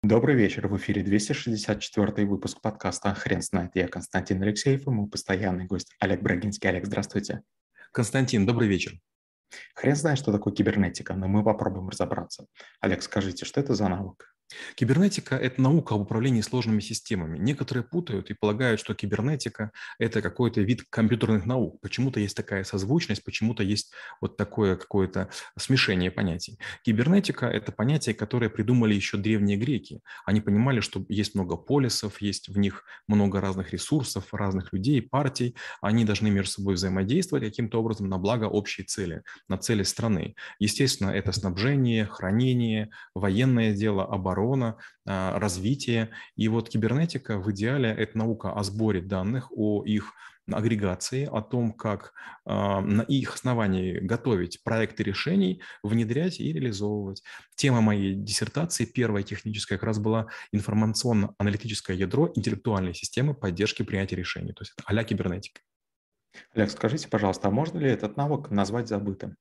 Добрый вечер, в эфире 264 выпуск подкаста «Хрен знает». Я Константин Алексеев и мой постоянный гость Олег Брагинский. Олег, здравствуйте. Константин, добрый вечер. Хрен знает, что такое кибернетика, но мы попробуем разобраться. Олег, скажите, что это за навык? Кибернетика – это наука об управлении сложными системами. Некоторые путают и полагают, что кибернетика – это какой-то вид компьютерных наук. Почему-то есть такая созвучность, почему-то есть вот такое какое-то смешение понятий. Кибернетика – это понятие, которое придумали еще древние греки. Они понимали, что есть много полисов, есть в них много разных ресурсов, разных людей, партий. Они должны между собой взаимодействовать каким-то образом на благо общей цели, на цели страны. Естественно, это снабжение, хранение, военное дело, оборона, развитие. И вот кибернетика в идеале – это наука о сборе данных, о их агрегации, о том, как на их основании готовить проекты решений, внедрять и реализовывать. Тема моей диссертации, первая техническая, как раз была информационно-аналитическое ядро интеллектуальной системы поддержки принятия решений. То есть это а-ля кибернетика. Олег, скажите, пожалуйста, а можно ли этот навык назвать забытым?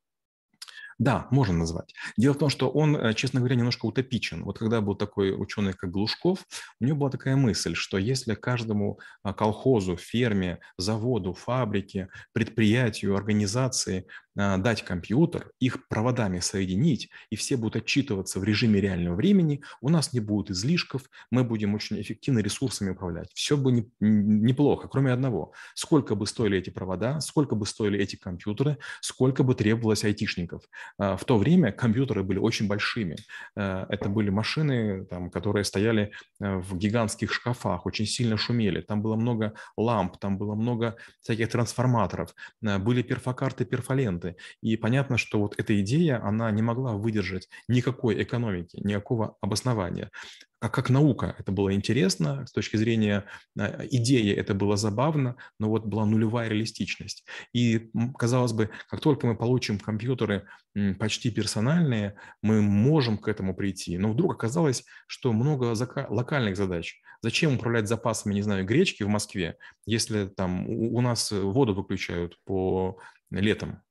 Да, можно назвать. Дело в том, что он, честно говоря, немножко утопичен. Вот когда был такой ученый, как Глушков, у него была такая мысль, что если каждому колхозу, ферме, заводу, фабрике, предприятию, организации дать компьютер, их проводами соединить, и все будут отчитываться в режиме реального времени, у нас не будет излишков, мы будем очень эффективно ресурсами управлять. Все бы неплохо, кроме одного. Сколько бы стоили эти провода, сколько бы стоили эти компьютеры, сколько бы требовалось айтишников. В то время компьютеры были очень большими. Это были машины, там, которые стояли в гигантских шкафах, очень сильно шумели. Там было много ламп, там было много всяких трансформаторов, были перфокарты, перфоленты. И понятно, что вот эта идея, она не могла выдержать никакой экономики, никакого обоснования. А как наука это было интересно, с точки зрения идеи это было забавно, но вот была нулевая реалистичность. И, казалось бы, как только мы получим компьютеры почти персональные, мы можем к этому прийти. Но вдруг оказалось, что много локальных задач. Зачем управлять запасами, не знаю, гречки в Москве, если там у нас воду выключают по летом?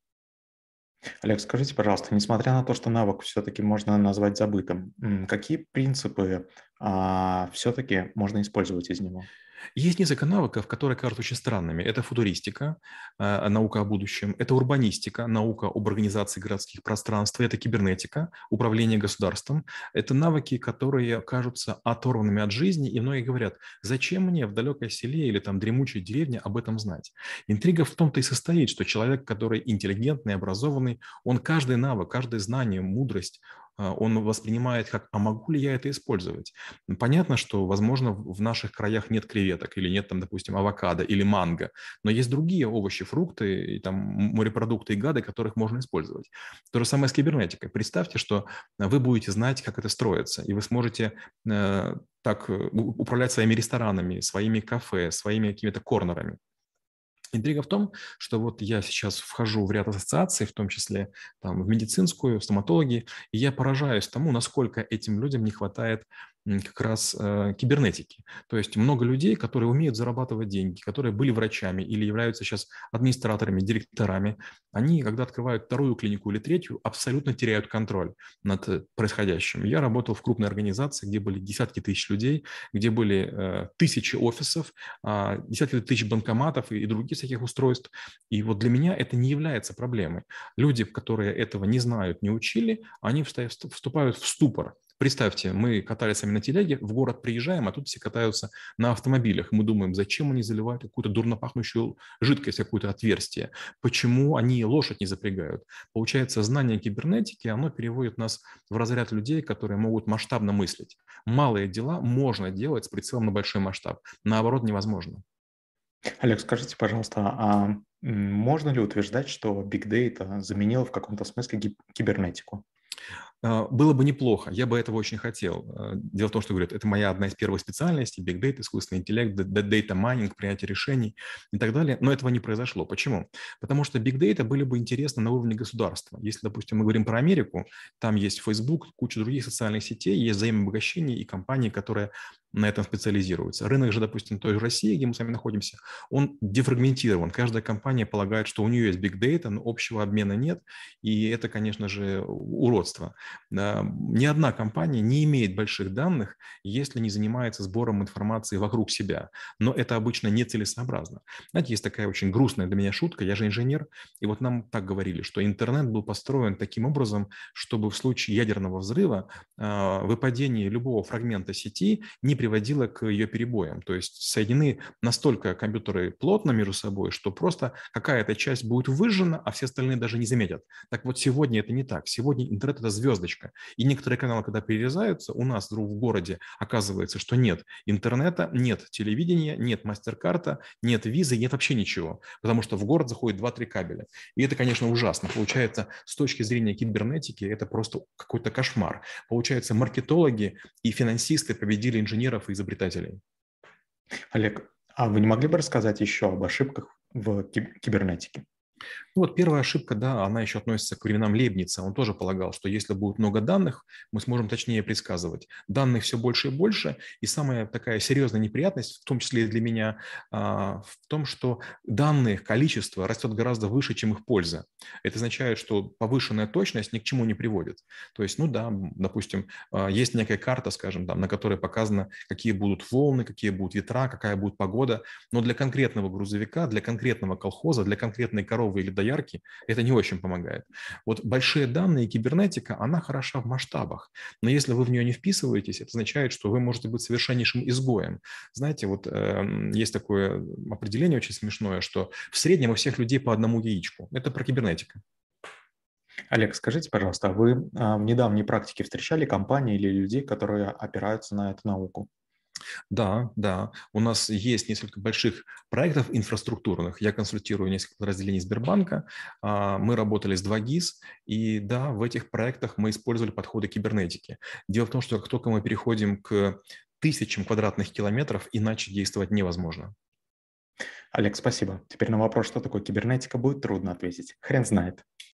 Олег, скажите, пожалуйста, несмотря на то, что навык все-таки можно назвать забытым, какие принципы все-таки можно использовать из него? Есть несколько навыков, которые кажутся очень странными. Это футуристика, наука о будущем, это урбанистика, наука об организации городских пространств, это кибернетика, управление государством. Это навыки, которые кажутся оторванными от жизни, и многие говорят, зачем мне в далекой селе или там дремучей деревне об этом знать? Интрига в том-то и состоит, что человек, который интеллигентный, образованный, он каждый навык, каждое знание, мудрость, он воспринимает как, а могу ли я это использовать? Понятно, что, возможно, в наших краях нет креветок или нет, там, допустим, авокадо или манго, но есть другие овощи, фрукты, и, там, морепродукты и гады, которых можно использовать. То же самое с кибернетикой. Представьте, что вы будете знать, как это строится, и вы сможете так управлять своими ресторанами, своими кафе, своими какими-то корнерами. Интрига в том, что вот я сейчас вхожу в ряд ассоциаций, в том числе там, в медицинскую, в стоматологи, и я поражаюсь тому, насколько этим людям не хватает как раз кибернетики. То есть много людей, которые умеют зарабатывать деньги, которые были врачами или являются сейчас администраторами, директорами, они, когда открывают вторую клинику или третью, абсолютно теряют контроль над происходящим. Я работал в крупной организации, где были десятки тысяч людей, где были тысячи офисов, десятки тысяч банкоматов и других всяких устройств. И вот для меня это не является проблемой. Люди, которые этого не знают, не учили, они вступают в ступор. Представьте, мы катались сами на телеге, в город приезжаем, а тут все катаются на автомобилях. Мы думаем, зачем они заливают какую-то дурно пахнущую жидкость, какое-то отверстие? Почему они лошадь не запрягают? Получается, знание кибернетики, оно переводит нас в разряд людей, которые могут масштабно мыслить. Малые дела можно делать с прицелом на большой масштаб. Наоборот, невозможно. Олег, скажите, пожалуйста, можно ли утверждать, что Big Data заменил в каком-то смысле кибернетику? Было бы неплохо, я бы этого очень хотел. Дело в том, что, говорят, это моя одна из первых специальностей, big data, искусственный интеллект, data mining, принятие решений и так далее, но этого не произошло. Почему? Потому что big data были бы интересны на уровне государства. Если, допустим, мы говорим про Америку, там есть Facebook, куча других социальных сетей, есть взаимообогащение и компании, которые на этом специализируются. Рынок же, допустим, той же России, где мы с вами находимся, он дефрагментирован. Каждая компания полагает, что у нее есть big data, но общего обмена нет, и это, конечно же, уродство. Ни одна компания не имеет больших данных, если не занимается сбором информации вокруг себя. Но это обычно нецелесообразно. Знаете, есть такая очень грустная для меня шутка. Я же инженер, и вот нам так говорили, что интернет был построен таким образом, чтобы в случае ядерного взрыва выпадение любого фрагмента сети не приводило к ее перебоям. То есть соединены настолько компьютеры плотно между собой, что просто какая-то часть будет выжжена, а все остальные даже не заметят. Так вот, сегодня это не так. Сегодня интернет – это звездочка. И некоторые каналы, когда перерезаются, у нас вдруг в городе оказывается, что нет интернета, нет телевидения, нет мастер-карта, нет визы, нет вообще ничего. Потому что в город заходит два-три кабеля. И это, конечно, ужасно. Получается, с точки зрения кибернетики, это просто какой-то кошмар. Получается, маркетологи и финансисты победили инженеров и изобретателей. Олег, а вы не могли бы рассказать еще об ошибках в кибернетике? Ну вот первая ошибка, да, она еще относится к временам Лейбница. Он тоже полагал, что если будет много данных, мы сможем точнее предсказывать. Данных все больше и больше, и самая такая серьезная неприятность, в том числе и для меня, в том, что данных, количество растет гораздо выше, чем их польза. Это означает, что повышенная точность ни к чему не приводит. То есть, ну да, допустим, есть некая карта, скажем, там, на которой показано, какие будут волны, какие будут ветра, какая будет погода, но для конкретного грузовика, для конкретного колхоза, для конкретной коровы или доярки это не очень помогает. Вот большие данные и кибернетика, она хороша в масштабах, но если вы в нее не вписываетесь, это означает, что вы можете быть совершеннейшим изгоем. Знаете, вот есть такое определение очень смешное, что в среднем у всех людей по одному яичку. Это про кибернетику. Олег, скажите, пожалуйста, а вы в недавней практике встречали компании или людей, которые опираются на эту науку? Да, да. У нас есть несколько больших проектов инфраструктурных. Я консультирую несколько подразделений Сбербанка. Мы работали с 2GIS, и да, в этих проектах мы использовали подходы кибернетики. Дело в том, что как только мы переходим к тысячам квадратных километров, иначе действовать невозможно. Олег, спасибо. Теперь на вопрос, что такое кибернетика, будет трудно ответить. Хрен знает.